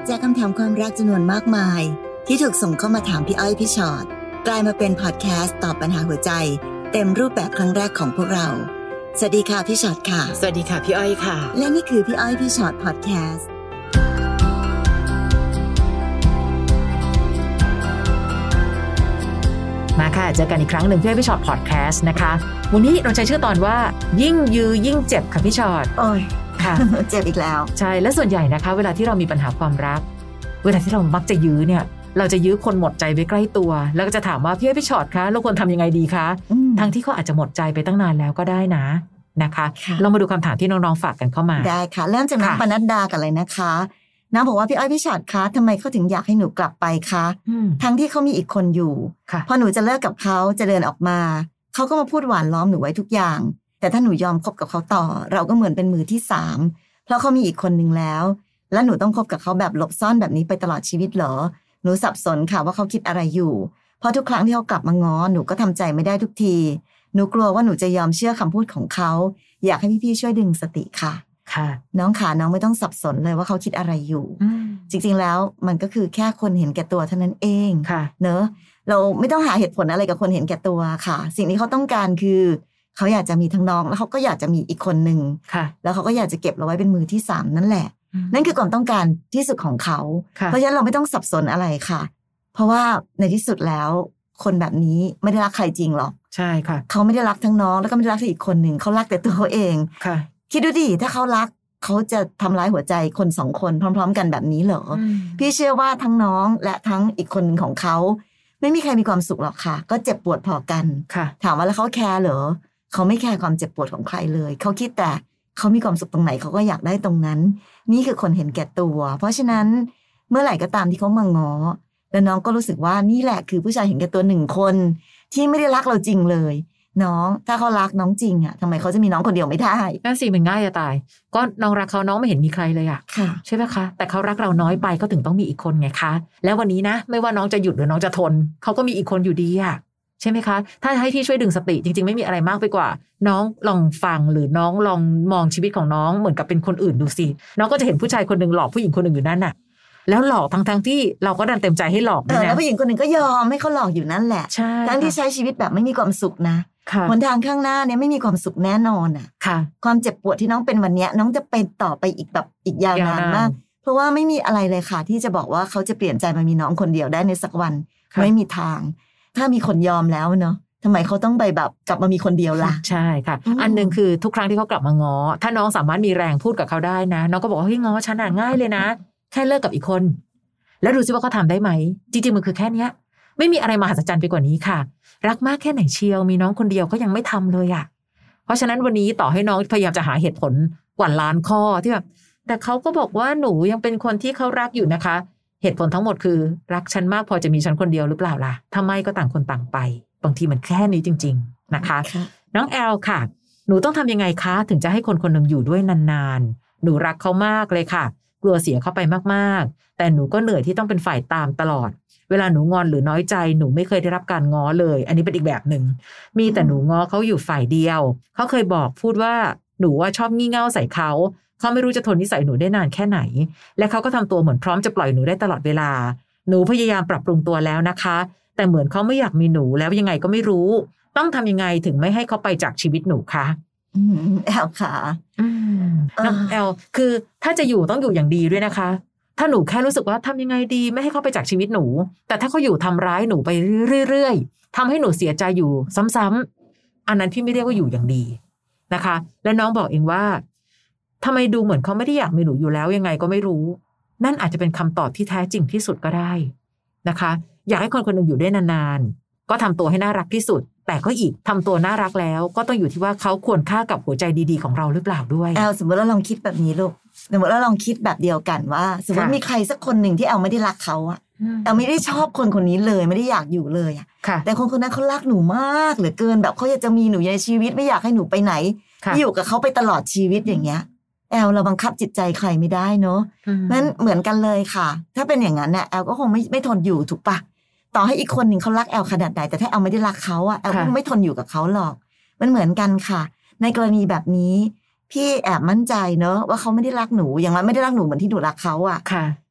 จากคำถามความรักจำนวนมากมายที่ถูกส่งเข้ามาถามพี่อ้อยพี่ชอตกลายมาเป็นพอดแคสต์ตอบปัญหาหัวใจเต็มรูปแบบครั้งแรกของพวกเราสวัสดีค่ะพี่ชอตค่ะสวัสดีค่ะพี่อ้อยค่ะและนี่คือพี่อ้อยพี่ชอตพอดแคสต์มาค่ะเจอกันอีกครั้งหนึ่งพี่อ้อยพี่ชอตพอดแคสต์นะคะวันนี้เราใช้ชื่อตอนว่ายิ่งยื้อยิ่งเจ็บค่ะพี่ชอตโอ้ยค่ะเจ็บอีกแล้วใช่และส่วนใหญ่นะคะเวลาที่เรามีปัญหาความรักเวลาที่เรามักจะยื้อเนี่ยเราจะยื้อคนหมดใจไว้ใกล้ตัวแล้วก็จะถามว่าพี่อ้อยพี่ชอตคะเราควรทำยังไงดีคะทั้งที่เขาอาจจะหมดใจไปตั้งนานแล้วก็ได้นะคะลองมาดูคำถามที่น้องๆฝากกันเข้ามาได้ค่ะเริ่มจากน้องปนัดดากันเลยนะคะน้องบอกว่าพี่อ้อยพี่ชอตคะทำไมเขาถึงอยากให้หนูกลับไปคะทั้งที่เขามีอีกคนอยู่พอหนูจะเลิกกับเขาจะเดินออกมาเขาก็มาพูดหวานล้อมหนูไว้ทุกอย่างแต่ถ้าหนูยอมคบกับเขาต่อเราก็เหมือนเป็นมือที่สามเพราะเขามีอีกคนนึงแล้วหนูต้องคบกับเขาแบบหลบซ่อนแบบนี้ไปตลอดชีวิตเหรอหนูสับสนค่ะว่าเขาคิดอะไรอยู่เพราะทุกครั้งที่เขากลับมาง้อหนูก็ทำใจไม่ได้ทุกทีหนูกลัวว่าหนูจะยอมเชื่อคำพูดของเขาอยากให้พี่ๆช่วยดึงสติค่ะน้องขาน้องไม่ต้องสับสนเลยว่าเขาคิดอะไรอยู่จริงๆแล้วมันก็คือแค่คนเห็นแก่ตัวเท่านั้นเองเนอะเราไม่ต้องหาเหตุผลอะไรกับคนเห็นแก่ตัวค่ะสิ่งที่เขาต้องการคือเขาอยากจะมีทั้งน้องแล้วเขาก็อยากจะมีอีกคนนึงแล้วเขาก็อยากจะเก็บเราไว้เป็นมือที่สามนั่นแหละนั่นคือความต้องการที่สุดของเขาเพราะฉะนั้นเราไม่ต้องสับสนอะไรค่ะเพราะว่าในที่สุดแล้วคนแบบนี้ไม่ได้รักใครจริงหรอกใช่ค่ะเขาไม่ได้รักทั้งน้องแล้วก็ไม่ได้รักอีกคนหนึ่งเขารักแต่ตัวเขาเองคิดดูดิถ้าเขารักเขาจะทำร้ายหัวใจคนสองคนพร้อมๆกันแบบนี้เหรอพี่เชื่อว่าทั้งน้องและทั้งอีกคนหนึ่งของเขาไม่มีใครมีความสุขหรอกค่ะก็เจ็บปวดพอกันถามว่าแล้วเขาแคร์เหรอเขาไม่แคร์ความเจ็บปวดของใครเลยเขาคิดแต่เขามีความสุขตรงไหนเขาก็อยากได้ตรงนั้นนี่คือคนเห็นแก่ตัวเพราะฉะนั้นเมื่อไหร่ก็ตามที่เขามาง้อแล้วน้องก็รู้สึกว่านี่แหละคือผู้ชายเห็นแก่ตัวหนึ่งคนที่ไม่ได้รักเราจริงเลยน้องถ้าเขารักน้องจริงอ่ะทำไมเขาจะมีน้องคนเดียวไม่ได้นั่นสิมันง่ายจะตายก็น้องรักเขาน้องไม่เห็นมีใครเลยอ่ะใช่ไหมคะแต่เขารักเราน้อยไปเขาถึงต้องมีอีกคนไงคะแล้ววันนี้นะไม่ว่าน้องจะหยุดหรือน้องจะทนเขาก็มีอีกคนอยู่ดีอ่ะใช่ไหมคะถ้าให้พี่ช่วยดึงสติจริงๆไม่มีอะไรมากไปกว่าน้องลองฟังหรือน้องลองมองชีวิตของน้องเหมือนกับเป็นคนอื่นดูสิน้องก็จะเห็นผู้ชายคนหนึ่งหลอกผู้หญิงคนหนึ่งอยู่นั่นน่ะแล้วหลอกทั้งที่เราก็ดันเต็มใจให้หลอกนะแล้วผู้หญิงคนหนึ่งก็ยอมให้เขาหลอกอยู่นั่นแหละทั้งที่ใช้ชีวิตแบบไม่มีความสุขนะหนทางข้างหน้าเนี่ยไม่มีความสุขแน่นอนอ่ะความเจ็บปวดที่น้องเป็นวันนี้น้องจะเป็นต่อไปอีกแบบอีกยาวนานมากเพราะว่าไม่มีอะไรเลยค่ะที่จะบอกว่าเขาจะเปลี่ยนใจมามีน้องคนเดียวได้ในสักวันไม่มีทางถ้ามีคนยอมแล้วเนาะทำไมเขาต้องไปแบบกลับมามีคนเดียวล่ะใช่ค่ะอันนึงคือทุกครั้งที่เขากลับมาง้อถ้าน้องสามารถมีแรงพูดกับเขาได้นะน้องก็บอกว่าเฮ้ยง้อฉันง่ายเลยนะแค่เลิกกับอีกคนแล้วดูซิว่าเขาทำได้ไหมจริงๆมันคือแค่เนี้ยไม่มีอะไรมหัศจรรย์ไปกว่านี้ค่ะรักมากแค่ไหนเชียวมีน้องคนเดียวเขายังไม่ทำเลยอ่ะเพราะฉะนั้นวันนี้ต่อให้น้องพยายามจะหาเหตุผลกว่าล้านข้อที่แบบแต่เขาก็บอกว่าหนูยังเป็นคนที่เขารักอยู่นะคะเหตุผลทั้งหมดคือรักฉันมากพอจะมีฉันคนเดียวหรือเปล่าล่ะถ้าไม่ก็ต่างคนต่างไปบางทีมันแค่นี้จริงๆนะคะน้องแอลค่ะหนูต้องทำยังไงคะถึงจะให้คนคนหนึ่งอยู่ด้วยนานๆหนูรักเขามากเลยค่ะกลัวเสียเขาไปมากๆแต่หนูก็เหนื่อยที่ต้องเป็นฝ่ายตามตลอดเวลาหนูงอนหรือน้อยใจหนูไม่เคยได้รับการง้อเลยอันนี้เป็นอีกแบบหนึ่งมีแต่หนูง้อเขาอยู่ฝ่ายเดียวเขาเคยบอกพูดว่าหนูว่าชอบงี่เง่าใส่เขาไม่รู้จะทนนิสัยหนูได้นานแค่ไหนและเขาก็ทำตัวเหมือนพร้อมจะปล่อยหนูได้ตลอดเวลาหนูพยายามปรับปรุงตัวแล้วนะคะแต่เหมือนเขาไม่อยากมีหนูแล้วยังไงก็ไม่รู้ต้องทำยังไงถึงไม่ให้เขาไปจากชีวิตหนูคะแอลค่ะแอลคือถ้าจะอยู่ต้องอยู่อย่างดีด้วยนะคะถ้าหนูแค่รู้สึกว่าทำยังไงดีไม่ให้เขาไปจากชีวิตหนูแต่ถ้าเขาอยู่ทำร้ายหนูไปเรื่อยๆทำให้หนูเสียใจอยู่ซ้ำๆอันนั้นพี่ไม่เรียกว่าอยู่อย่างดีนะคะและน้องบอกเองว่าทำไมดูเหมือนเขาไม่ได้อยากมีหนูอยู่แล้วยังไงก็ไม่รู้นั่นอาจจะเป็นคำตอบที่แท้จริงที่สุดก็ได้นะคะอยากให้คนคนหนึ่งอยู่ได้นานๆก็ทำตัวให้น่ารักที่สุดแต่ก็อีกทำตัวน่ารักแล้วก็ต้องอยู่ที่ว่าเขาควรค่ากับหัวใจดีๆของเราหรือเปล่าด้วยสมมติเราลองคิดแบบนี้ลูกสมมติเราลองคิดแบบเดียวกันว่าสมมติมีใครสักคนหนึ่งที่ไม่ได้รักเขาอะไม่ได้ชอบคนคนนี้เลยไม่ได้อยากอยู่เลยอะแต่คนคนนั้นเขารักหนูมากเหลือเกินแบบเขาอยากจะมีหนูในชีวิตไม่อยากให้หนูไปไหนอยู่กับเขาไปตลอดชีวิตอย่างเงี้ยเราบังคับจิตใจใครไม่ได้เนาะนั้นเหมือนกันเลยค่ะถ้าเป็นอย่างนั้นเนี่ยก็คงไม่ทนอยู่ถูกปะต่อให้อีกคนหนึ่งเขารักขนาดไหนแต่ถ้าไม่ได้รักเขาก็คงไม่ทนอยู่กับเขาหรอกมันเหมือนกันค่ะในกรณีแบบนี้พี่แอบมั่นใจเนอะว่าเขาไม่ได้รักหนูอย่างนั้นไม่ได้รักหนูเหมือนที่หนูรักเขา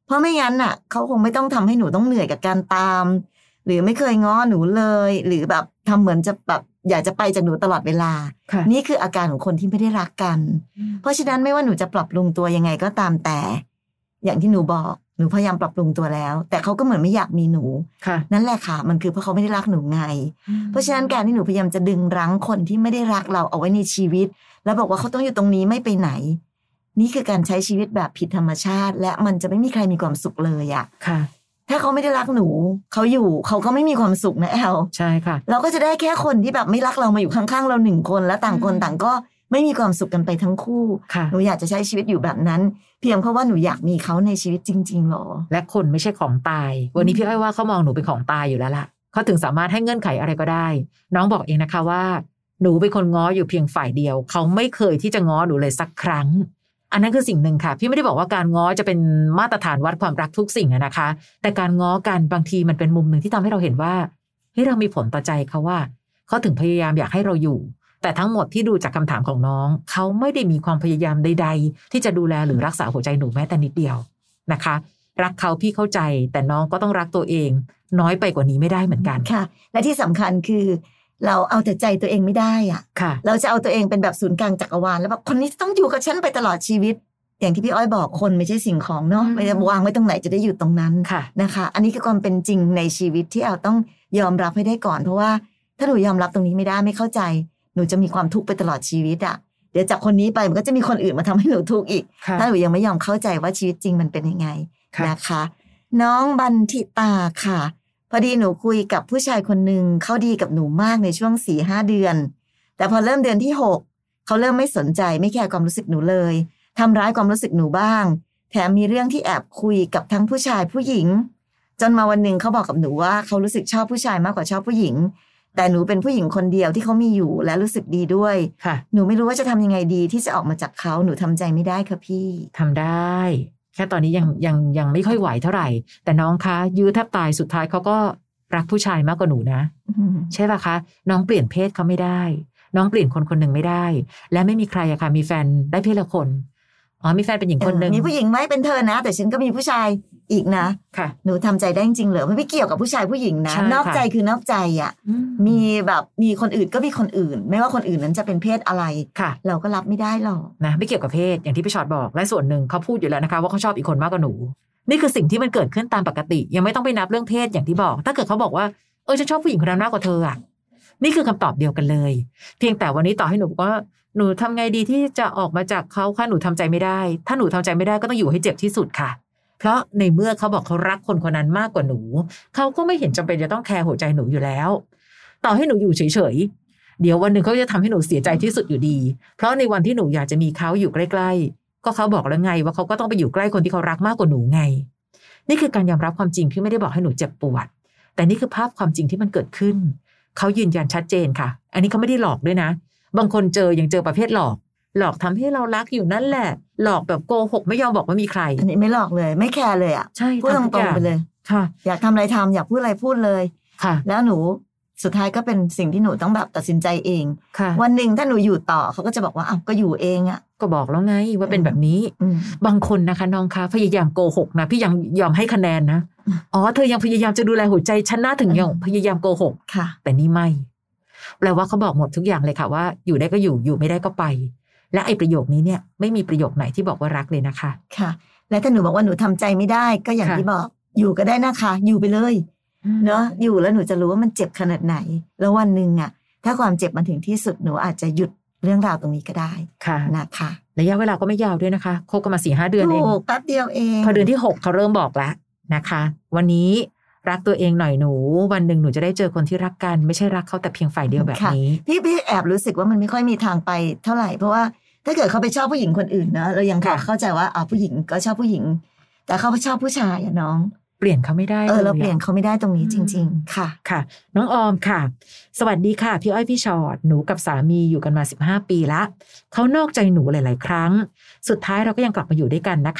เพราะไม่งั้นน่ะเขาคงไม่ต้องทำให้หนูต้องเหนื่อยกับการตามหรือไม่เคยง้อหนูเลยหรือแบบทำเหมือนจะแบบอยากจะไปจากหนูตลอดเวลานี่คืออาการของคนที่ไม่ได้รักกันเพราะฉะนั้นไม่ว่าหนูจะปรับปรุงตัวยังไงก็ตามแต่อย่างที่หนูบอกหนูพยายามปรับปรุงตัวแล้วแต่เขาก็เหมือนไม่อยากมีหนูนั่นแหละค่ะมันคือเพราะเขาไม่ได้รักหนูไงเพราะฉะนั้นการที่หนูพยายามจะดึงรั้งคนที่ไม่ได้รักเราเอาไว้ในชีวิตแล้วบอกว่าเขาต้องอยู่ตรงนี้ไม่ไปไหนนี่คือการใช้ชีวิตแบบผิดธรรมชาติและมันจะไม่มีใครมีความสุขเลยอ่ะถ้าเขาไม่ได้รักหนูเขาอยู่เขาก็ไม่มีความสุขนะแอลใช่ค่ะเราก็จะได้แค่คนที่แบบไม่รักเรามาอยู่ข้างๆเรา1คนและต่างคนต่างก็ไม่มีความสุขกันไปทั้งคู่หนูอยากจะใช้ชีวิตอยู่แบบนั้นเพียงเพราะว่าหนูอยากมีเขาในชีวิตจริงๆหรอและคนไม่ใช่ของตายวันนี้พี่อ้อยว่าเขามองหนูเป็นของตายอยู่แล้วล่ะเขาถึงสามารถให้เงื่อนไขอะไรก็ได้น้องบอกเองนะคะว่าหนูเป็นคนง้ออยู่เพียงฝ่ายเดียวเขาไม่เคยที่จะง้อหนูเลยสักครั้งอันนั้นคือสิ่งหนึ่งค่ะพี่ไม่ได้บอกว่าการง้อจะเป็นมาตรฐานวัดความรักทุกสิ่งนะคะแต่การง้อกันบางทีมันเป็นมุมหนึ่งที่ทำให้เราเห็นว่าเฮ้ยเรามีผลต่อใจเขาว่าเขาถึงพยายามอยากให้เราอยู่แต่ทั้งหมดที่ดูจากคำถามของน้องเขาไม่ได้มีความพยายามใดๆที่จะดูแลหรือรักษาหัวใจหนูแม้แต่นิดเดียวนะคะรักเขาพี่เข้าใจแต่น้องก็ต้องรักตัวเองน้อยไปกว่านี้ไม่ได้เหมือนกันค่ะและที่สำคัญคือเราเอาแต่ใจตัวเองไม่ได้อ่ะเราจะเอาตัวเองเป็นแบบศูนย์กลางจักรวาลแล้วแบบคนนี้ต้องอยู่กับฉันไปตลอดชีวิตอย่างที่พี่อ้อยบอกคนไม่ใช่สิ่งของเนาะไม่จะวางไว้ตรงไหนจะได้อยู่ตรงนั้นนะคะอันนี้คือความเป็นจริงในชีวิตที่เราต้องยอมรับให้ได้ก่อนเพราะว่าถ้าหนูยอมรับตรงนี้ไม่ได้ไม่เข้าใจหนูจะมีความทุกข์ไปตลอดชีวิตอ่ะเดี๋ยวจากคนนี้ไปมันก็จะมีคนอื่นมาทำให้หนูทุกข์อีกถ้าหนูยังไม่ยอมเข้าใจว่าชีวิตจริงมันเป็นยังไงนะคะน้องบันทิตาค่ะพอดีหนูคุยกับผู้ชายคนหนึ่งเขาดีกับหนูมากในช่วง 4-5 เดือนแต่พอเริ่มเดือนที่6เขาเริ่มไม่สนใจไม่แคร์ความรู้สึกหนูเลยทำร้ายความรู้สึกหนูบ้างแถมมีเรื่องที่แอบคุยกับทั้งผู้ชายผู้หญิงจนมาวันหนึ่งเขาบอกกับหนูว่าเขารู้สึกชอบผู้ชายมากกว่าชอบผู้หญิงแต่หนูเป็นผู้หญิงคนเดียวที่เขามีอยู่และรู้สึกดีด้วยหนูไม่รู้ว่าจะทำยังไงดีที่จะออกมาจากเขาหนูทำใจไม่ได้ค่ะพี่ทำได้แค่ตอนนี้ยังไม่ค่อยไหวเท่าไหร่แต่น้องคะยื้อแทบตายสุดท้ายเขาก็รักผู้ชายมากกว่าหนูนะใช่ป่ะคะน้องเปลี่ยนเพศเขาไม่ได้น้องเปลี่ยนคนคนหนึ่งไม่ได้และไม่มีใครอะค่ะมีแฟนได้เพศละคนมีแฟนเป็นหญิงคนหนึ่งมีผู้หญิงไหมเป็นเธอนะแต่ฉันก็มีผู้ชายอีกนะค่ะหนูทำใจได้จริงเหรอไม่เกี่ยวกับผู้ชายผู้หญิงนะนอกใจคือนอกใจอ่ะมีแบบมีคนอื่นก็มีคนอื่นไม่ว่าคนอื่นนั้นจะเป็นเพศอะไรเราก็รับไม่ได้หรอกนะไม่เกี่ยวกับเพศอย่างที่พี่ชอตบอกและส่วนหนึ่งเขาพูดอยู่แล้วนะคะว่าเขาชอบอีกคนมากกว่าหนูนี่คือสิ่งที่มันเกิดขึ้นตามปกติยังไม่ต้องไปนับเรื่องเพศอย่างที่บอกถ้าเกิดเขาบอกว่าฉันชอบผู้หญิงคนนั้นมากกว่าเธออ่ะนี่คือคำตอบเดียวกันเลยเพียงแต่วันนี้ต่อให้หนูบอกว่าหนูทำไงดีที่จะออกมาจากเขาค่ะหนูทำใจไม่ได้ถ้าหนูทำใจไม่ได้ก็ต้องอยู่ให้เจ็บที่สุดค่ะเพราะในเมื่อเขาบอกเขารักคนคนนั้นมากกว่าหนูเขาก็ไม่เห็นจำเป็นจะต้องแคร์หัวใจหนูอยู่แล้วต่อให้หนูอยู่เฉยๆเดี๋ยววันหนึ่งเขาจะทำให้หนูเสียใจที่สุดอยู่ดีเพราะในวันที่หนูอยากจะมีเขาอยู่ใกล้ๆก็เขาบอกแล้วไงว่าเขาก็ต้องไปอยู่ใกล้คนที่เขารักมากกว่าหนูไงนี่คือการยอมรับความจริงที่ไม่ได้บอกให้หนูเจ็บปวดแต่นี่คือภาพความจริงที่มันเกิดขึ้นเขายืนยันชัดเจนค่ะอันนี้เขาไม่ได้หลอกด้วยนะบางคนยังเจอประเภทหลอกทำให้เรารักอยู่นั่นแหละหลอกแบบโกหกไม่ยอมบอกว่ามีใครอันนี้ไม่หลอกเลยไม่แคร์เลยอ่ะใช่พูดตรงๆไปเลยค่ะอยากทำอะไรทำอยากพูดอะไรพูดเลยค่ะแล้วหนูสุดท้ายก็เป็นสิ่งที่หนูต้องแบบตัดสินใจเองวันหนึ่งถ้าหนูอยู่ต่อเขาก็จะบอกว่าก็อยู่เองอ่ะก็บอกแล้วไงว่าเป็นแบบนี้บางคนนะคะน้องคะพยายามโกหกนะพี่ยังยอมให้คะแนนนะเธอยังพยายามจะดูแลหัวใจฉันน่าถึงยังพยายามโกหกแต่นี่ไม่แปลว่าเขาบอกหมดทุกอย่างเลยค่ะว่าอยู่ได้ก็อยู่ไม่ได้ก็ไปและไอ้ประโยคนี้เนี่ยไม่มีประโยคไหนที่บอกว่ารักเลยนะคะค่ะและถ้าหนูบอกว่าหนูทำใจไม่ได้ก็อย่างที่บอกอยู่ก็ได้นะคะอยู่ไปเลยเนาะอยู่แล้วหนูจะรู้ว่ามันเจ็บขนาดไหนแล้ววันนึงอ่ะถ้าความเจ็บมันถึงที่สุดหนูอาจจะหยุดเรื่องราวตรงนี้ก็ได้นะคะระยะเวลาก็ไม่ยาวด้วยนะคะคบกันมา 4-5 เดือนเองแป๊บเดียวเองพอเดือนที่6เขาเริ่มบอกแล้วนะคะวันนี้รักตัวเองหน่อยหนูวันหนึ่งหนูจะได้เจอคนที่รักกันไม่ใช่รักเขาแต่เพียงฝ่ายเดียวแบบนี้พี่แอบรู้สึกว่ามันไม่ค่อยมีทางไปเท่าไหร่เพราะว่าถ้าเกิดเขาไปชอบผู้หญิงคนอื่นนะเรายังเข้าใจว่าผู้หญิงก็ชอบผู้หญิงแต่เขาชอบผู้ชายน้องเปลี่ยนเขาไม่ได้เราเปลี่ยนเขาไม่ได้ตรงนี้จริงๆค่ะค่ะน้องออมค่ะสวัสดีค่ะพี่อ้อยพี่ชอตหนูกับสามีอยู่กันมา15 ปีละเขานอกใจหนูหลายๆครั้งสุดท้ายเราก็ยังกลับมาอยู่ด้วยกันนะคะ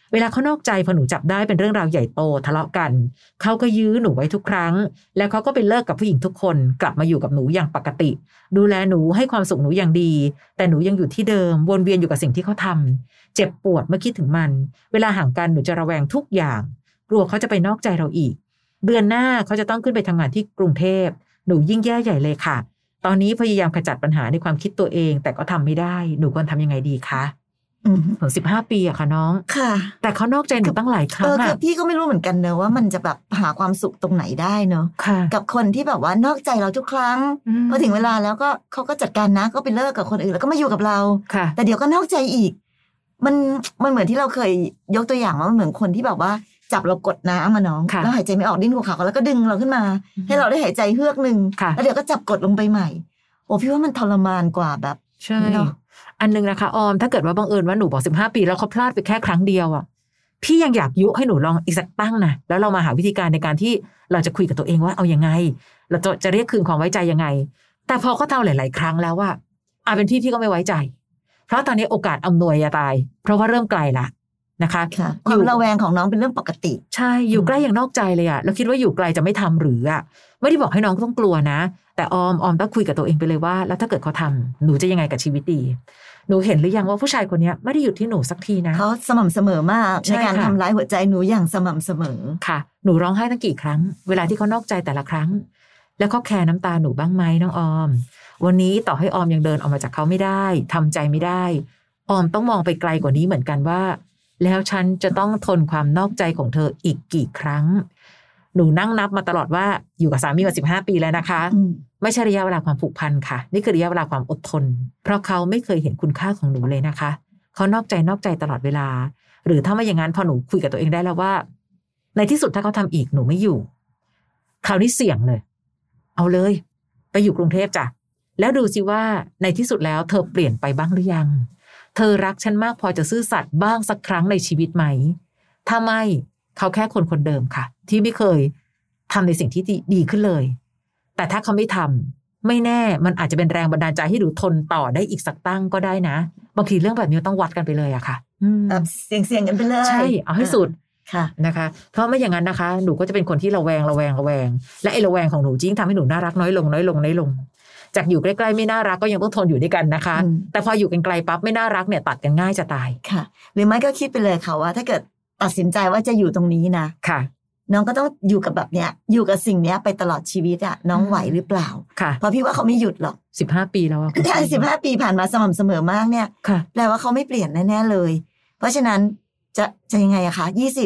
เวลาเขานอกใจพอหนูจับได้เป็นเรื่องราวใหญ่โตทะเลาะกันเขาก็ยื้อหนูไว้ทุกครั้งแล้วเขาก็ไปเลิกกับผู้หญิงทุกคนกลับมาอยู่กับหนูอย่างปกติดูแลหนูให้ความสุขหนูอย่างดีแต่หนูยังอยู่ที่เดิมวนเวียนอยู่กับสิ่งที่เขาทำเจ็บปวดเมื่อคิดถึงมันเวลาห่างกันหนูจะระแวงทุกอย่างกลัวเขาจะไปนอกใจเราอีกเดือนหน้าเขาจะต้องขึ้นไปทำงานที่กรุงเทพหนูยิ่งแย่ใหญ่เลยค่ะตอนนี้พยายามขจัดปัญหาในความคิดตัวเองแต่ก็ทำไม่ได้หนูควรทำยังไงดีคะถึง15 ปีอะค่ะน้องค่ะแต่เขานอกใจหนูตั้งหลายครั้งคือพี่ก็ไม่รู้เหมือนกันเนอะว่ามันจะแบบหาความสุขตรงไหนได้เนอะกับคนที่แบบว่านอกใจเราทุกครั้งพอถึงเวลาแล้วก็เขาก็จัดการนะก็ไปเลิกกับคนอื่นแล้วก็มาอยู่กับเราแต่เดี๋ยวก็นอกใจอีกมันเหมือนที่เราเคยยกตัวอย่างว่ามันเหมือนคนที่แบบว่าจับเรากดน้ำมาน้องแล้วหายใจไม่ออกดิ้นหัวเข่าแล้วก็ดึงเราขึ้นมาให้เราได้หายใจเฮือกนึงแล้วเดี๋ยวก็จับกดลงไปใหม่โอ้พี่ว่ามันทรมานกว่าแบบใช่อันนึงนะคะออมถ้าเกิดว่าบังเอิญว่าหนูบอก15 ปีแล้วเขาพลาดไปแค่ครั้งเดียวอ่ะพี่ยังอยากยุให้หนูลองอีกสักตั้งนะแล้วเรามาหาวิธีการในการที่เราจะคุยกับตัวเองว่าเอายังไงเราจะเรียกคืนความไว้ใจยังไงแต่พอเขาทำหลายๆครั้งแล้วว่าเป็นพี่ก็ไม่ไว้ใจเพราะตอนนี้โอกาสอำนวยจะตายเพราะว่าเริ่มไกลละนะคะความระแวงของน้องเป็นเรื่องปกติใช่อยู่ใกล้อย่างนอกใจเลยอะแล้วคิดว่าอยู่ไกลจะไม่ทำหรืออะไม่ได้บอกให้น้องต้องกลัวนะแต่ออมต้องคุยกับตัวเองไปเลยว่าแล้วถ้าเกิดเขาทำหนูจะยังไงกับชีวิตดีหนูเห็นหรือยังว่าผู้ชายคนนี้ไม่ได้หยุดที่หนูสักทีนะเขาสม่ำเสมอมากในการทำร้ายหัวใจหนูอย่างสม่ำเสมอค่ะหนูร้องไห้ตั้งกี่ครั้งเวลาที่เขานอกใจแต่ละครั้งแล้วเขาแคร์น้ำตาหนูบ้างไหมน้องออมวันนี้ต่อให้ออมยังเดินออกมาจากเขาไม่ได้ทำใจไม่ได้ออมต้องมองไปไกลกว่านี้เหมือนกันว่าแล้วฉันจะต้องทนความนอกใจของเธออีกกี่ครั้งหนูนั่งนับมาตลอดว่าอยู่กับสามีมา15 ปีแล้วนะคะไม่ใช่ระยะเวลาความผูกพันค่ะนี่คือระยะเวลาความอดทนเพราะเขาไม่เคยเห็นคุณค่าของหนูเลยนะคะเขานอกใจตลอดเวลาหรือถ้าไม่อย่างนั้นพอหนูคุยกับตัวเองได้แล้วว่าในที่สุดถ้าเขาทำอีกหนูไม่อยู่คราวนี้เสี่ยงเลยเอาเลยไปอยู่กรุงเทพจ้ะแล้วดูสิว่าในที่สุดแล้วเธอเปลี่ยนไปบ้างหรือยังเธอรักฉันมากพอจะซื่อสัตย์บ้างสักครั้งในชีวิตไหมถ้าไม่เขาแค่คนเดิมค่ะที่ไม่เคยทำในสิ่งที่ดีขึ้นเลยแต่ถ้าเขาไม่ทำไม่แน่มันอาจจะเป็นแรงบันดาลใจให้หนูทนต่อได้อีกสักตั้งก็ได้นะบางทีเรื่องแบบนี้ต้องวัดกันไปเลยอะค่ะเสี่ยงกันไปเลยใช่เอาให้สุดค่ะนะคะเพราะไม่อย่างนั้นนะคะหนูก็จะเป็นคนที่ระแวงและไอ้ระแวงของหนูยิ่งทำให้หนูน่ารักน้อยลงจากอยู่ใกล้ๆไม่น่ารักก็ยังต้องทนอยู่ด้วยกันนะคะแต่พออยู่กันไกลปั๊บไม่น่ารักเนี่ยตัดกันง่ายจะตายค่ะหรือไม่ก็คิดไปเลยค่ะว่าถ้าเกิดตัดสินใจว่าจะอยู่ตรงนี้นะค่ะน้องก็ต้องอยู่กับแบบเนี้ยอยู่กับสิ่งเนี้ยไปตลอดชีวิตอะน้องไหวหรือเปล่าค่ะเพราะพี่ว่าเขาไม่หยุดหรอก 15 ปีแล้วใช่15 ปีผ่านมาสม่ำเสมอมากเนี่ยแปลว่าเขาไม่เปลี่ยนแน่ๆเลยเพราะฉะนั้นจะยังไงอะคะ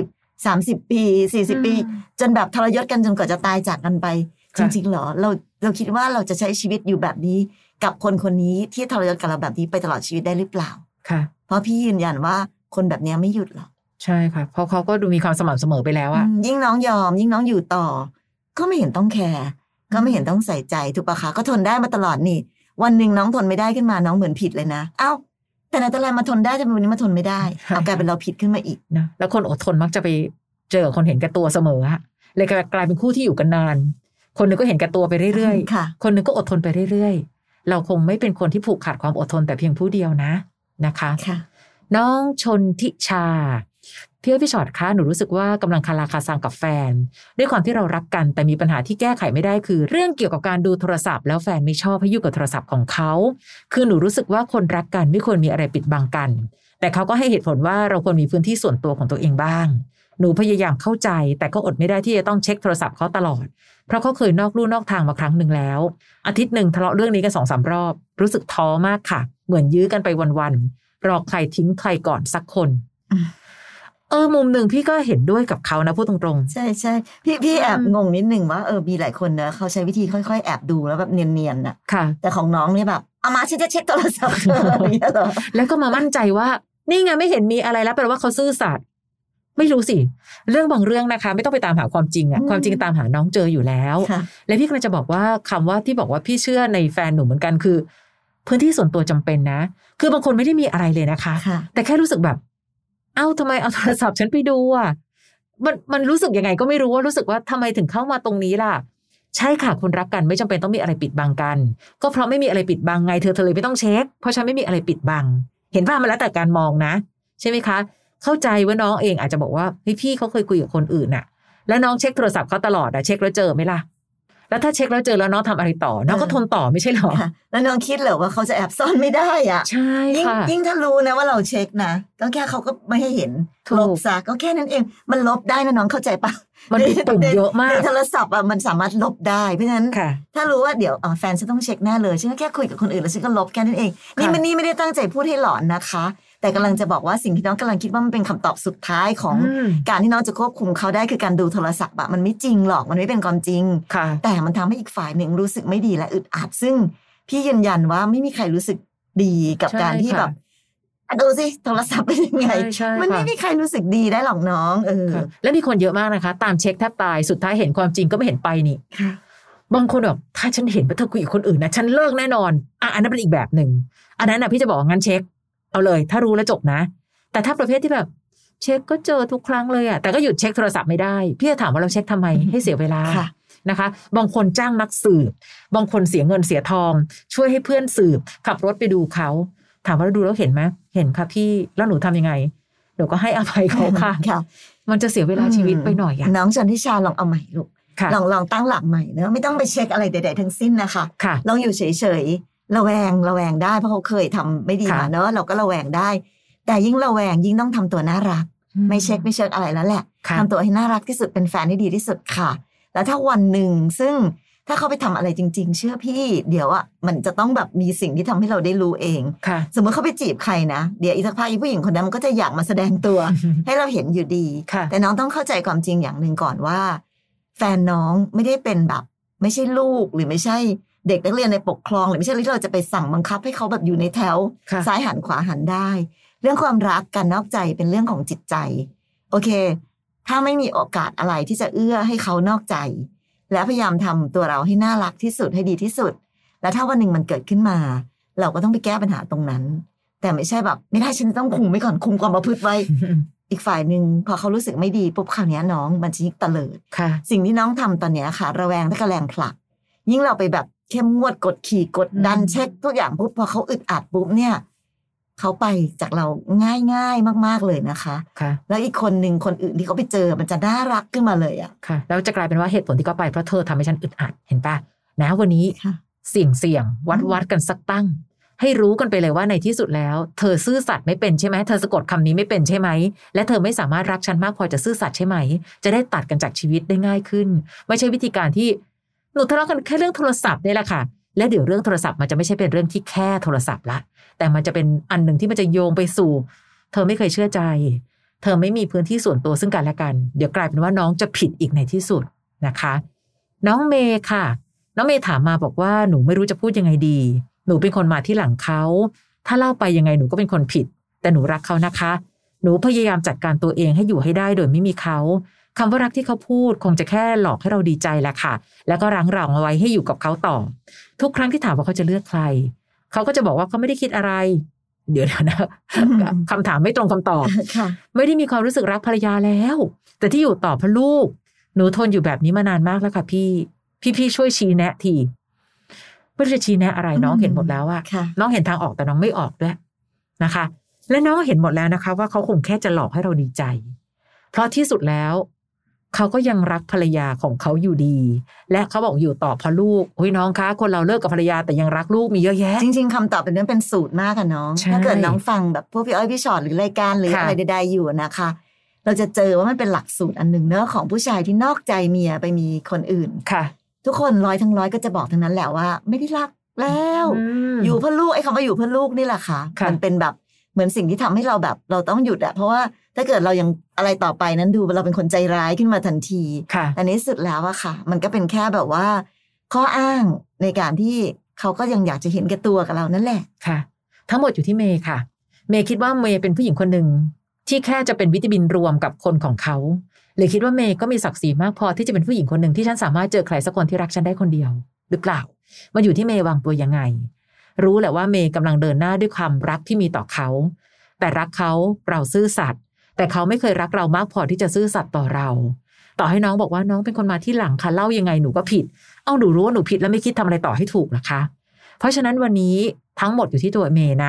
20-30 ปี40 ปีจนแบบทรยศกันจนกว่าจะตายจากกันไปจริงๆเหรอเราคิดว่าเราจะใช้ชีวิตอยู่แบบนี้กับคนนี้ที่ทรยศกับเราแบบนี้ไปตลอดชีวิตได้หรือเปล่าค่ะเพราะพี่ยืนยันว่าคนแบบนี้ไม่หยุดหรอกใช่ค่ะเพราะเขาก็ดูมีความสม่ำเสมอไปแล้วอะยิ่งน้องยอมยิ่งน้องอยู่ต่อก็ไม่เห็นต้องแคร์ก็ไม่เห็นต้องใส่ใจถูกปะคะก็ทนได้มาตลอดนี่วันหนึ่งน้องทนไม่ได้ขึ้นมาน้องเหมือนผิดเลยนะเอ้าแต่ไหนแต่ไรมาทนได้แต่วันนี้มาทนไม่ได้เอากลายเป็นเราผิดขึ้นมาอีกนะแล้วคนอดทนมักจะไปเจอคนเห็นแก่ตัวเสมอฮะเลยกลายเป็นคู่ที่อยู่กันนานคนนึงก็เห็นแก่ตัวไปเรื่อยๆคนนึงก็อดทนไปเรื่อยๆเราคงไม่เป็นคนที่ผูกขาดความอดทนแต่เพียงผู้เดียวนะคะน้องชนทิชาพี่ชอตคะหนูรู้สึกว่ากำลังคาราคาซังกับแฟนด้วยความที่เรารักกันแต่มีปัญหาที่แก้ไขไม่ได้คือเรื่องเกี่ยวกับการดูโทรศัพท์แล้วแฟนไม่ชอบให้ยุ่งกับโทรศัพท์ของเขาคือหนูรู้สึกว่าคนรักกันไม่ควรมีอะไรปิดบังกันแต่เขาก็ให้เหตุผลว่าเราควรมีพื้นที่ส่วนตัวของตัวเองบ้างหนูพยายามเข้าใจแต่ก็อดไม่ได้ที่จะต้องเช็คโทรศัพท์เขาตลอดเพราะเขาเคยนอกลู่นอกทางมาครั้งหนึ่งแล้วอาทิตย์หนึ่งทะเลาะเรื่องนี้กัน 2-3 รอบรู้สึกท้อมากค่ะเหมือนยื้อกันไปวันๆรอใครทิ้งใครก่อนสักคนมุมหนึ่งพี่ก็เห็นด้วยกับเขานะพูดตรงๆใช่พี่แอบงงนิดนึงว่ามีหลายคนนะเขาใช้วิธีค่อยๆแอบดูแล้วแบบเนียนๆน่ะค่ะแต่ของน้องเนี่ยแบบเอามาฉันจะเช็คโทรศัพท์นี่เหรอแล้วก็มามั่นใจว่านี่ไงไม่เห็นมีอะไรแล้วแปลว่าเขาซื่อสัตย์ไม่รู้สิเรื่องบางเรื่องนะคะไม่ต้องไปตามหาความจริงอะความจริงตามหาน้องเจออยู่แล้วและพี่กำลังจะบอกว่าคำว่าที่บอกว่าพี่เชื่อในแฟนหนูเหมือนกันคือพื้นที่ส่วนตัวจำเป็นนะคือบางคนไม่ได้มีอะไรเลยนะคะแต่แค่รู้สึกแบบทำไมเอาโทรศัพท์ฉันไปดูอ่ะมันรู้สึกยังไงก็ไม่รู้ว่ารู้สึกว่าทำไมถึงเข้ามาตรงนี้ล่ะใช่ค่ะคนรักกันไม่จำเป็นต้องมีอะไรปิดบังกันก็เพราะไม่มีอะไรปิดบังไงเธอเลยไม่ต้องเช็คเพราะฉันไม่มีอะไรปิดบังเห็นว่ามันแล้วแต่การมองนะใช่ไหมคะเข้าใจว่าน้องเองอาจจะบอกว่าเฮ้ยพี่เขาเคยคุยกับคนอื่นน่ะแล้วน้องเช็คโทรศัพท์เขาตลอดเช็คแล้วเจอไหมล่ะแล้วถ้าเช็คแล้วเจอแล้วน้องทำอะไรต่อน้องก็ทนต่อไม่ใช่หรอแล้วน้องคิดเหรอว่าเขาจะแอบซ่อนไม่ได้อ่ะใช่ค่ะยิ่งถ้ารู้นะว่าเราเช็คนะก็แค่เขาก็ไม่ให้เห็นลบซะก็แค่นั้นเองมันลบได้นะน้องเข้าใจปะมันมีปุ่มเยอะมากโทรศัพท์มันสามารถลบได้เพราะฉะนั้นถ้ารู้ว่าเดี๋ยวแฟนฉันต้องเช็คแน่เลยฉันก็แค่คุยกับคนอื่นแล้วฉันก็ลบแค่นั้นเองนี่ไม่ได้ตั้งใจพูดให้หลอนนะคะแต่กำลังจะบอกว่าสิ่งที่น้องกำลังคิดว่ามันเป็นคำตอบสุดท้ายของการที่น้องจะควบคุมเขาได้คือการดูโทรศัพท์อะมันไม่จริงหรอกมันไม่เป็นความจริงแต่มันทำให้อีกฝ่ายหนึ่งรู้สึกไม่ดีและอึดอัดซึ่งพี่ยืนยันว่าไม่มีใครรู้สึกดีกับการที่แบบดูสิโทรศัพท์เป็นยังไงมันไม่มีใครรู้สึกดีได้หรอกน้องแล้วมีคนเยอะมากนะคะตามเช็คแทบตายสุดท้ายเห็นความจริงก็ไม่เห็นไปนี่บางคนแบบถ้าฉันเห็นว่าเธอคุยกับคนอื่นนะฉันเลิกแน่นอนอันนั้นเป็นอีกแบบหนึ่งอันนั้นพี่จะบอกงั้นเช็คเอาเลยถ้ารู้แล้วจบนะแต่ถ้าประเภทที่แบบเช็คก็เจอทุกครั้งเลยแต่ก็หยุดเช็คโทรศัพท์ไม่ได้พี่จะถามว่าเราเช็คทำไมให้เสียเวลานะคะบางคนจ้างนักสืบบางคนเสียเงินเสียทองช่วยให้เพื่อนสืบขับรถไปดูเขาถามว่าเราดูแล้วเห็นไหมเห็นค่ะพี่แล้วหนูทำยังไงเดี๋ยวก็ให้อภัยเขาค่ะมันจะเสียเวลาชีวิตไปหน่อยน้องชนทิชาลองเอาใหม่ลูกลองตั้งหลักใหม่เนอะไม่ต้องไปเช็คอะไรใดๆทั้งสิ้นนะคะลองอยู่เฉยๆระแวงได้เพราะเขาเคยทำไม่ดีมาเนอะเราก็ระแวงได้แต่ยิ่งระแวงยิ่งต้องทำตัวน่ารักไม่เช็คอะไรแล้วแหละทำตัวให้น่ารักที่สุดเป็นแฟนที่ดีที่สุดค่ะแล้วถ้าวันหนึ่งซึ่งถ้าเขาไปทำอะไรจริงๆเชื่อพี่เดี๋ยวมันจะต้องแบบมีสิ่งที่ทำให้เราได้รู้เองสมมติเขาไปจีบใครนะเดี๋ยวอีกสักพักผู้หญิงคนนั้นมันก็จะอยากมาแสดงตัว ให้เราเห็นอยู่ดีแต่น้องต้องเข้าใจความจริงอย่างหนึ่งก่อนว่าแฟนน้องไม่ได้เป็นแบบไม่ใช่ลูกหรือไม่ใช่เด็กนักเรียนในปกครองหรือไม่ใช่ที่เราจะไปสั่งบังคับให้เขาแบบอยู่ในแถวซ้ายหันขวาหันได้เรื่องความรักการนอกใจเป็นเรื่องของจิตใจโอเคถ้าไม่มีโอกาสอะไรที่จะเอื้อให้เขานอกใจและพยายามทำตัวเราให้น่ารักที่สุดให้ดีที่สุดและถ้าวันหนึ่งมันเกิดขึ้นมาเราก็ต้องไปแก้ปัญหาตรงนั้นแต่ไม่ใช่แบบไม่ได้ฉันต้องคุมไว้ก่อนคุมความประพฤติไว้ อีกฝ่ายหนึ่งพอเขารู้สึกไม่ดีปุ๊บคราวนี้น้องมันจะยิ่งเตลิดสิ่งที่น้องทำตอนนี้ค่ะระแวงและกระแรงผลักยิ่งเราไปแบบเข้มงวดกดขี่กดดันเช็คทุกอย่างปุ๊บพอเขาอึดอัดปุ๊บเนี่ยเขาไปจากเราง่ายมากๆเลยนะคะแล้วอีกคนหนึ่งคนอื่นที่เขาไปเจอมันจะน่ารักขึ้นมาเลยค่ะแล้วจะกลายเป็นว่าเหตุผลที่เขาไปเพราะเธอทำให้ฉันอึดอัดเห็นปะนะวันนี้เสี่ยงวัดกันสักตั้งให้รู้กันไปเลยว่าในที่สุดแล้วเธอซื่อสัตย์ไม่เป็นใช่ไหมเธอสะกดคำนี้ไม่เป็นใช่ไหมและเธอไม่สามารถรักฉันมากพอจะซื่อสัตย์ใช่ไหมจะได้ตัดกันจากชีวิตได้ง่ายขึ้นไม่ใช่วิธีการที่หนูทะเลาะกันแค่เรื่องโทรศัพท์นี่แหละค่ะและเดี๋ยวเรื่องโทรศัพท์มันจะไม่ใช่เป็นเรื่องที่แค่โทรศัพท์ละแต่มันจะเป็นอันหนึ่งที่มันจะโยงไปสู่เธอไม่เคยเชื่อใจเธอไม่มีพื้นที่ส่วนตัวซึ่งกันและกันเดี๋ยวกลายเป็นว่าน้องจะผิดอีกในที่สุดนะคะน้องเมย์ค่ะน้องเมย์ถามมาบอกว่าหนูไม่รู้จะพูดยังไงดีหนูเป็นคนมาที่หลังเขาถ้าเล่าไปยังไงหนูก็เป็นคนผิดแต่หนูรักเขานะคะหนูพยายามจัดการตัวเองให้อยู่ให้ได้โดยไม่มีเขาคำว่ารักที่เขาพูดคงจะแค่หลอกให้เราดีใจแหละค่ะแล้วก็รั้งเราเอาไว้ให้อยู่กับเขาต่อทุกครั้งที่ถามว่าเขาจะเลือกใครเขาก็จะบอกว่าเขาไม่ได้คิดอะไรเดี๋ยวนะคำถามไม่ตรงคำตอบไม่ได้มีความรู้สึกรักภรรยาแล้วแต่ที่อยู่ต่อเพราะลูกหนูทนอยู่แบบนี้มานานมากแล้วค่ะพี่ช่วยชี้แนะทีไม่รู้จะชี้แนะอะไรน้องเห็นหมดแล้วอะน้องเห็นทางออกแต่น้องไม่ออกด้วยนะคะและน้องเห็นหมดแล้วนะคะว่าเขาคงแค่จะหลอกให้เราดีใจเพราะที่สุดแล้วเขาก็ยังรักภรรยาของเขาอยู่ดีและเขาบอกอยู่ต่อเพราะลูกโอ้ยน้องคะคนเราเลิกกับภรรยาแต่ยังรักลูกมีเยอะแยะจริงๆคำตอบเป็นเรื่องเป็นสูตรมากค่ะน้องถ้าเกิดน้องฟังแบบพวกพี่อ้อยพี่ชอตหรือรายการหรืออะไรใดๆอยู่นะคะเราจะเจอว่ามันเป็นหลักสูตรอันหนึ่งเนอะของผู้ชายที่นอกใจเมียไปมีคนอื่นค่ะทุกคน100 ก็จะบอกทั้งนั้นแหละว่าไม่ได้รักแล้วอยู่เพื่อลูกไอ้คำว่าอยู่เพื่อลูกนี่แหละค่ะมันเป็นแบบเหมือนสิ่งที่ทำให้เราแบบเราต้องหยุดอะเพราะว่าถ้าเกิดเรายังอะไรต่อไปนั้นดูเราเป็นคนใจร้ายขึ้นมาทันทีแต่ในสุดแล้วอะค่ะมันก็เป็นแค่แบบว่าข้ออ้างในการที่เขาก็ยังอยากจะเห็นแก่ตัวกับเรานั่นแหละค่ะทั้งหมดอยู่ที่เมย์ค่ะเมย์คิดว่าเมย์เป็นผู้หญิงคนหนึ่งที่แค่จะเป็นวิตามินรวมกับคนของเขาหรือคิดว่าเมย์ก็มีศักดิ์ศรีมากพอที่จะเป็นผู้หญิงคนหนึ่งที่ฉันสามารถเจอใครสักคนที่รักฉันได้คนเดียวหรือเปล่ามันอยู่ที่เมย์วางตัวยังไงรู้แหละว่าเมย์กำลังเดินหน้าด้วยความรักที่มีต่อเขาแต่รักเขาเราซื่อสัตย์แต่เขาไม่เคยรักเรามากพอที่จะซื่อสัตย์ต่อเราต่อให้น้องบอกว่าน้องเป็นคนมาที่หลังค่ะเล่ายังไงหนูก็ผิดหนูรู้ว่าหนูผิดแล้วไม่คิดทำอะไรต่อให้ถูกนะคะเพราะฉะนั้นวันนี้ทั้งหมดอยู่ที่ตัวเมย์นะ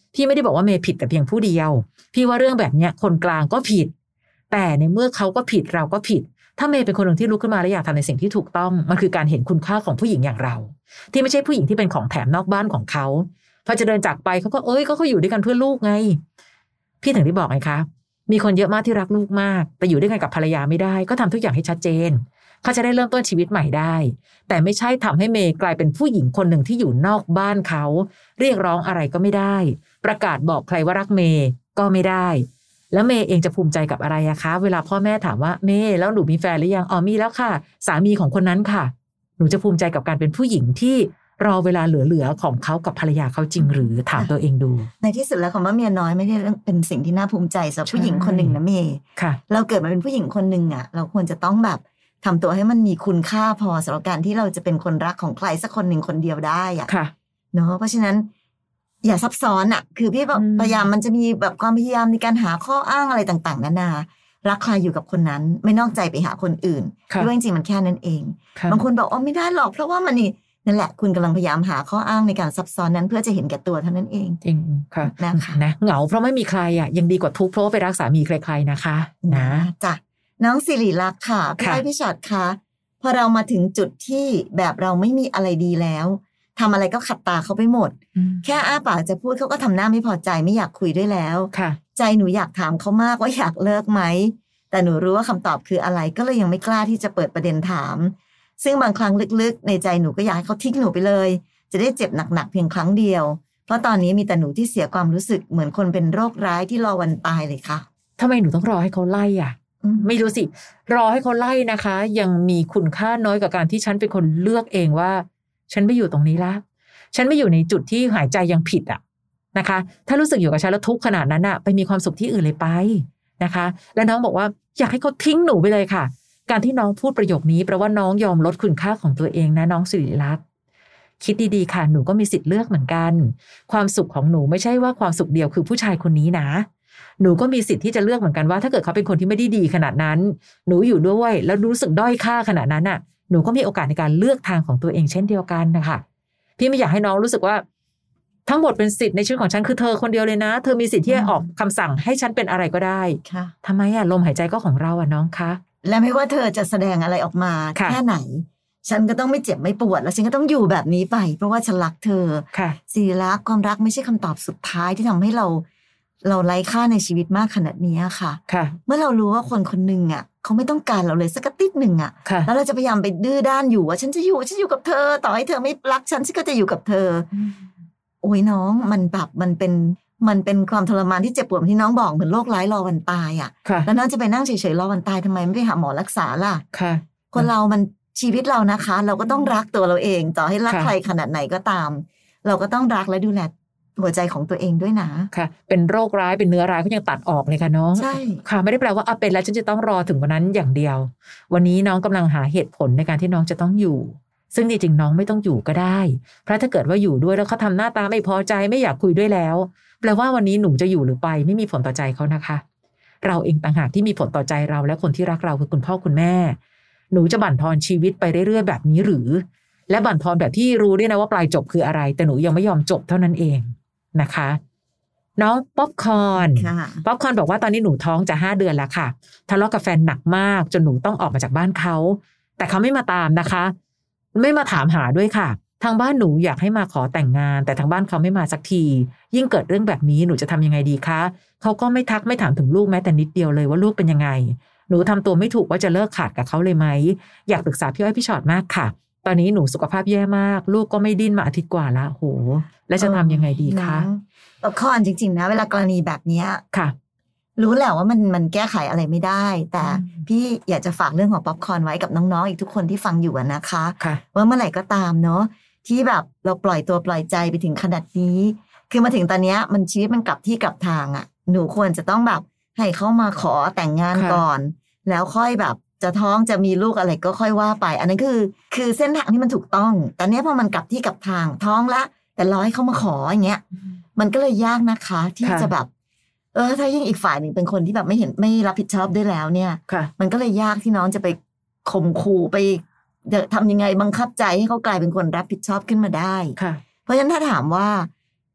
พี่ไม่ได้บอกว่าเมย์ผิดแต่เพียงผู้เดียวพี่ว่าเรื่องแบบเนี้ยคนกลางก็ผิดแต่ในเมื่อเขาก็ผิดเราก็ผิดถ้าเมย์เป็นคนหนึ่งที่ลุกขึ้นมาและอยากทำในสิ่งที่ถูกต้องมันคือการเห็นคุณค่าของผู้หญิงอย่างเราที่ไม่ใช่ผู้หญิงที่เป็นของแถมนอกบ้านของเขาพอจะเดินจากไปเขาก็ก็เขาอยู่ด้วยกันเพื่อลูกไงพี่ถึงได้บอกไงคะมีคนเยอะมากที่รักลูกมากแต่อยู่ด้วยกันกับภรรยาไม่ได้ก็ทำทุกอย่างให้ชัดเจนเขาจะได้เริ่มต้นชีวิตใหม่ได้แต่ไม่ใช่ทำให้เมย์กลายเป็นผู้หญิงคนหนึ่งที่อยู่นอกบ้านเขาเรียกร้องอะไรก็ไม่ได้ประกาศบอกใครว่ารักเมย์ก็ไม่ได้แล้วเมย์เองจะภูมิใจกับอะไรอะคะเวลาพ่อแม่ถามว่าเมย์แล้วหนูมีแฟนหรือยังมีแล้วค่ะสามีของคนนั้นค่ะหนูจะภูมิใจกับการเป็นผู้หญิงที่รอเวลาเหลือๆของเขากับภรรยาเขาจริงหรือถามตัวเองดูในที่สุดแล้วคำว่าเมียน้อยไม่ได้เป็นสิ่งที่น่าภูมิใจสำหรับผู้หญิงคนหนึ่งนะเมย์เราเกิดมาเป็นผู้หญิงคนหนึ่งอะเราควรจะต้องแบบทำตัวให้มันมีคุณค่าพอสำหรับการที่เราจะเป็นคนรักของใครสักคนหนึ่งคนเดียวได้อะเนาะเพราะฉะนั้นอย่าซับซ้อนอะคือพี่พยายามมันจะมีแบบความพยายามในการหาข้ออ้างอะไรต่างๆนานารักใครอยู่กับคนนั้นไม่นอกใจไปหาคนอื่นด้วยจริงๆมันแค่นั้นเองบางคนบอกไม่ได้หรอกเพราะว่ามันนี่นั่นแหละคุณกำลังพยายามหาข้ออ้างในการซับซ้อนนั้นเพื่อจะเห็นแก่ตัวเท่านั้นเองจริงค่ะนะคะนะเหงาเพราะไม่มีใครอ่ะยังดีกว่าทุกข์เพราะว่าไปรักสามีใครๆนะคะนะจ้ะน้องสิริลักษณ์ค่ะพี่อ้อยพี่ชอตค่ะพอเรามาถึงจุดที่แบบเราไม่มีอะไรดีแล้วทำอะไรก็ขัดตาเขาไปหมดแค่อ้าปากจะพูดเขาก็ทำหน้าไม่พอใจไม่อยากคุยด้วยแล้วใจหนูอยากถามเขามากว่าอยากเลิกไหมแต่หนูรู้ว่าคำตอบคืออะไรก็เลยยังไม่กล้าที่จะเปิดประเด็นถามซึ่งบางครั้งลึกๆในใจหนูก็อยากให้เขาทิ้งหนูไปเลยจะได้เจ็บหนักๆเพียงครั้งเดียวเพราะตอนนี้มีแต่หนูที่เสียความรู้สึกเหมือนคนเป็นโรคร้ายที่รอวันตายเลยค่ะทำไมหนูต้องรอให้เขาไล่ไม่รู้สิรอให้เขาไล่นะคะยังมีคุณค่าน้อยกว่าการที่ฉันเป็นคนเลือกเองว่าฉันไม่อยู่ตรงนี้ละฉันไม่อยู่ในจุดที่หายใจยังผิดนะคะถ้ารู้สึกอยู่กับฉันแล้วทุกข์ขนาดนั้นไปมีความสุขที่อื่นเลยไปนะคะแล้วน้องบอกว่าอยากให้เขาทิ้งหนูไปเลยค่ะการที่น้องพูดประโยคนี้แปลว่าน้องยอมลดคุณค่าของตัวเองนะน้องสิริลักษณ์คิดดีๆค่ะหนูก็มีสิทธิ์เลือกเหมือนกันความสุขของหนูไม่ใช่ว่าความสุขเดียวคือผู้ชายคนนี้นะหนูก็มีสิทธิ์ที่จะเลือกเหมือนกันว่าถ้าเกิดเขาเป็นคนที่ไม่ได้ดีขนาดนั้นหนูอยู่ด้วยแล้วรู้สึกด้อยค่าขนาดนั้นหนูก็มีโอกาสในการเลือกทางของตัวเองเช่นเดียวกันนะคะพี่ไม่อยากให้น้องรู้สึกว่าทั้งหมดเป็นสิทธิ์ในชีวิตของฉันคือเธอคนเดียวเลยนะเธอมีสิทธิ์ที่จะออกคำสั่งให้ฉันเป็นอะไรก็ได้ทำไมลมหายใจก็ของเราน้องคะและไม่ว่าเธอจะแสดงอะไรออกมาแค่ไหนฉันก็ต้องไม่เจ็บไม่ปวดแล้วฉันก็ต้องอยู่แบบนี้ไปเพราะว่าฉันรักเธอสิริลักษณ์ความรักไม่ใช่คำตอบสุดท้ายที่ทำให้เราไร้ค่าในชีวิตมากขนาดนี้ค่ะเมื่อเรารู้ว่าคนคนหนึ่งเขาไม่ต้องการเราเลยสักติดหนึ่งแล้วเราจะพยายามไปดื้อด้านอยู่ว่าฉันอยู่กับเธอต่อให้เธอไม่รักฉันก็จะอยู่กับเธอโอ้ยน้องมันแบบมันเป็นความทรมานที่เจ็บปวดที่น้องบอกเหมือนโรคร้ายรอวันตายแล้วน้องจะไปนั่งเฉยๆรอวันตายทำไมไม่ไปหาหมอรักษาล่ะคนเรามันชีวิตเรานะคะเราก็ต้องรักตัวเราเองต่อให้รักใครขนาดไหนก็ตามเราก็ต้องรักและดูแลหัวใจของตัวเองด้วยนะค่ะเป็นโรคร้ายเป็นเนื้อร้ายเขายังตัดออกเลยค่ะน้องใช่ค่ะไม่ได้แปลว่าเป็นแล้วฉันจะต้องรอถึงวันนั้นอย่างเดียววันนี้น้องกำลังหาเหตุผลในการที่น้องจะต้องอยู่ซึ่งจริงๆน้องไม่ต้องอยู่ก็ได้เพราะถ้าเกิดว่าอยู่ด้วยแล้วเขาทำหน้าตาไม่พอใจไม่อยากคุยด้วยแล้วแปลว่าวันนี้หนูจะอยู่หรือไปไม่มีผลต่อใจเขานะคะเราเองต่างหากที่มีผลต่อใจเราและคนที่รักเราคือคุณพ่อคุณแม่หนูจะบั่นทอนชีวิตไปเรื่อยๆแบบนี้หรือและบั่นทอนแบบที่รู้ด้วยนะว่าปลายจบคืออะไรแต่หนูยังไม่ยอมจบเท่านั้นเองนะคะน้องป๊อปคอร์นบอกว่าตอนนี้หนูท้องจะ5 เดือนแล้วค่ะทะเลาะกับแฟนหนักมากจนหนูต้องออกมาจากบ้านเขาแต่เขาไม่มาตามนะคะไม่มาถามหาด้วยค่ะทางบ้านหนูอยากให้มาขอแต่งงานแต่ทางบ้านเขาไม่มาสักทียิ่งเกิดเรื่องแบบนี้หนูจะทำยังไงดีคะเขาก็ไม่ทักไม่ถามถึงลูกแม้แต่นิดเดียวเลยว่าลูกเป็นยังไงหนูทำตัวไม่ถูกว่าจะเลิกขาดกับเขาเลยไหมอยากปรึกษาพี่อ้อยพี่ชอตมากค่ะตอนนี้หนูสุขภาพแย่มากลูกก็ไม่ดิ้นมาอาทิตย์กว่าละโหแล้วจะทำยังไงดีคะป๊อปคอร์นจริงๆนะเวลากรณีแบบนี้ค่ะรู้แหละว่ามันแก้ไขอะไรไม่ได้แต่พี่อยากจะฝากเรื่องของป๊อปคอร์นไว้กับน้องๆอีกทุกคนที่ฟังอยู่นะคะว่าเมื่อไหร่ก็ตามเนาะที่แบบเราปล่อยตัวปล่อยใจไปถึงขนาดนี้คือมาถึงตอนนี้มันชีวิตมันกลับที่กลับทางหนูควรจะต้องแบบให้เขามาขอแต่งงานก่อนแล้วค่อยแบบจะท้องจะมีลูกอะไรก็ค่อยว่าไปอันนั้นคือเส้นทางที่มันถูกต้องแต่เนี้ยพอมันกลับที่กลับทางท้องละแต่รอให้เขามาขออย่างเงี้ยมันก็เลยยากนะคะที่จะแบบถ้ายิ่งอีกฝ่ายหนึ่งเป็นคนที่แบบไม่รับผิดชอบด้วยแล้วเนี่ยมันก็เลยยากที่น้องจะไปข่มขู่ไปทำยังไงบังคับใจให้เขากลายเป็นคนรับผิดชอบขึ้นมาได้เพราะฉะนั้นถ้าถามว่า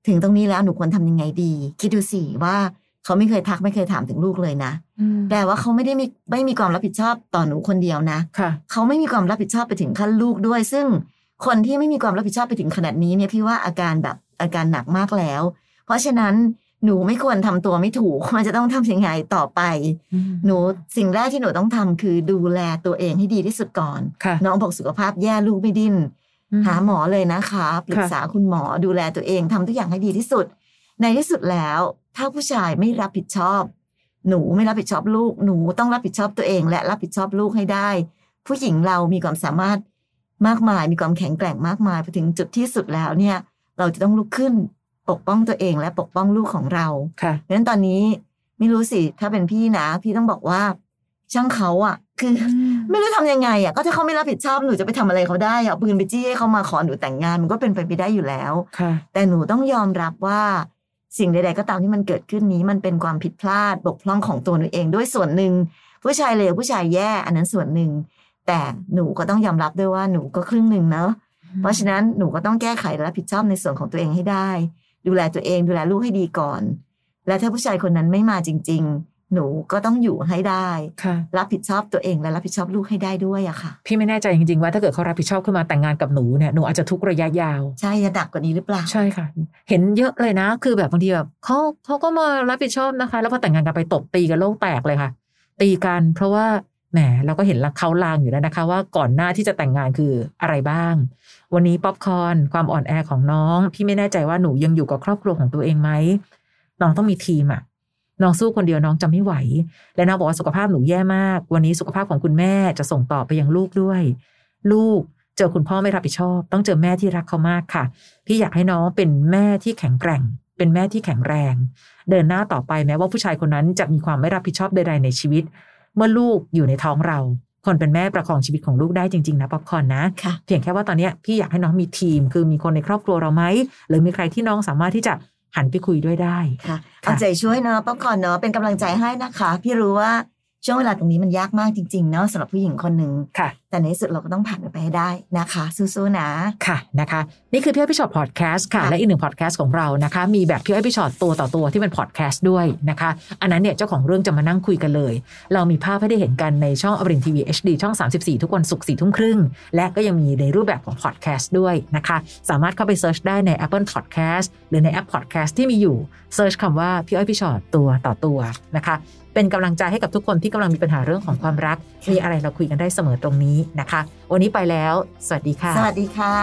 ถึงตรงนี้แล้วหนูควรทำยังไงดีคิดดูสิว่าเขาไม่เคยทักไม่เคยถามถึงลูกเลยนะแปลว่าเขาไม่มีความรับผิดชอบต่อหนูคนเดียวนะเขาไม่มีความรับผิดชอบไปถึงขั้นลูกด้วยซึ่งคนที่ไม่มีความรับผิดชอบไปถึงขนาดนี้เนี่ยพี่ว่าอาการหนักมากแล้วเพราะฉะนั้นหนูไม่ควรทำตัวไม่ถูกมันจะต้องทำยังไงต่อไปหนูสิ่งแรกที่หนูต้องทำคือดูแลตัวเองให้ดีที่สุดก่อนน้องบอกสุขภาพแย่ลูกไม่ดิ้นหาหมอเลยนะคะปรึกษาคุณหมอดูแลตัวเองทำทุกอย่างให้ดีที่สุดในที่สุดแล้วถ้าผู้ชายไม่รับผิดชอบหนูไม่รับผิดชอบลูกหนูต้องรับผิดชอบตัวเองและรับผิดชอบลูกให้ได้ผู้หญิงเรามีความสามารถมากมายมีความแข็งแกร่งมากมายพอถึงจุดที่สุดแล้วเนี่ยเราจะต้องลุกขึ้นปกป้องตัวเองและปกป้องลูกของเราเพราะฉะนั้นตอนนี้ไม่รู้สิถ้าเป็นพี่นะพี่ต้องบอกว่าช่างเขาอ่ะคือไม่รู้ทำยังไงอ่ะก็ถ้าเขาไม่รับผิดชอบหนูจะไปทำอะไรเขาได้อ่ะปืนไปจี้ให้เขามาขอหนูแต่งงานมันก็เป็นไปไม่ได้อยู่แล้วแต่หนูต้องยอมรับว่าสิ่งใดๆก็ตามที่มันเกิดขึ้นนี้มันเป็นความผิดพลาดบกพร่องของตัวหนูเองด้วยส่วนหนึ่งผู้ชายเลวผู้ชายแย่อันนั้นส่วนหนึ่งแต่หนูก็ต้องยอมรับด้วยว่าหนูก็ครึ่งหนึ่งเนอะเพราะฉะนั้นหนูก็ต้องแก้ไขและรับผิดชอบในส่วนของตัวเองให้ได้ดูแลตัวเองดูแลลูกให้ดีก่อนและถ้าผู้ชายคนนั้นไม่มาจริงๆหนูก็ต้องอยู่ให้ได้รับผิดชอบตัวเองและรับผิดชอบลูกให้ได้ด้วยอะค่ะพี่ไม่แน่ใจจริงๆว่าถ้าเกิดเขารับผิดชอบขึ้นมาแต่งงานกับหนูเนี่ยหนูอาจจะทุกระยะยาวใช่จะหนักกว่านี้หรือเปล่าใช่ค่ะเห็นเยอะเลยนะคือแบบบางทีแบบเขาก็มารับผิดชอบนะคะแล้วพอแต่งงานกันไปตบตีกันโลกแตกเลยค่ะตีกันเพราะว่าแหมเราก็เห็นเขาลางอยู่แล้วนะคะว่าก่อนหน้าที่จะแต่งงานคืออะไรบ้างวันนี้ป๊อปคอร์นความอ่อนแอของน้องพี่ไม่แน่ใจว่าหนูยังอยู่กับครอบครัวของตัวเองไหมน้องต้องมีทีมอะน้องสู้คนเดียวน้องจะไม่ไหวและน้องบอกว่าสุขภาพหนูแย่มากวันนี้สุขภาพของคุณแม่จะส่งต่อไปยังลูกด้วยลูกเจอคุณพ่อไม่รับผิดชอบต้องเจอแม่ที่รักเขามากค่ะพี่อยากให้น้องเป็นแม่ที่แข็งแกร่งเป็นแม่ที่แข็งแรงเดินหน้าต่อไปแม้ว่าผู้ชายคนนั้นจะมีความไม่รับผิดชอบใดๆในชีวิตเมื่อลูกอยู่ในท้องเราคนเป็นแม่ประคองชีวิตของลูกได้จริงๆนะป๊อปคอร์นนะเพียงแค่ว่าตอนนี้พี่อยากให้น้องมีทีมคือมีคนในครอบครัวเราไหมหรือมีใครที่น้องสามารถที่จะหันไปคุยด้วยได้ค่ะเอาใจช่วยเนาะป๊อปคอร์นเนาะเป็นกำลังใจให้นะคะพี่รู้ว่าช่วงเวลาตรงนี้มันยากมากจริงๆเนาะสำหรับผู้หญิงคนหนึ่งแต่ในที่สุดเราก็ต้องผ่านไปให้ได้นะคะสู้ๆนะค่ะนะคะนี่คือพี่อ้อยพี่ชอตพอดแคสต์ค่ะและอีกหนึ่งพอดแคสต์ของเรานะคะมีแบบพี่อ้อยพี่ชอตตัวต่อตัวที่เป็นพอดแคสต์ด้วยนะคะอันนั้นเนี่ยเจ้าของเรื่องจะมานั่งคุยกันเลยเรามีภาพให้ได้เห็นกันในช่องอมรินทร์ทีวี HD ช่อง34ทุกวันศุกร์ 22:30 นและก็ยังมีในรูปแบบของพอดแคสต์ด้วยนะคะสามารถเข้าไปเซิร์ชได้ใน Apple Podcast หรือในแอปพอดแคสต์ที่มีอยู่เซิร์ชคำว่าพี่อ้อยพี่ชอตตัวต่อตัวนะคะเป็นกำลังใจให้กับทุกคนที่กำลังมีปัญหาเรื่องของความรักมีอะไรเราคุยกันได้เสมอตรงนี้นะคะวันนี้ไปแล้วสวัสดีค่ะสวัสดีค่ะ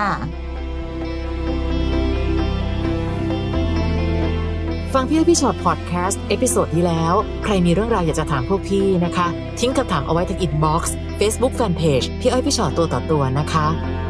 ฟังพี่อ้อยพี่ชอตพอดแคสต์เอพิโซดที่แล้วใครมีเรื่องราวอยากจะถามพวกพี่นะคะทิ้งคำถามเอาไว้ที่อินบ็อกซ์ Facebook Fanpage พี่อ้อยพี่ชอตตัวต่อตัวนะคะ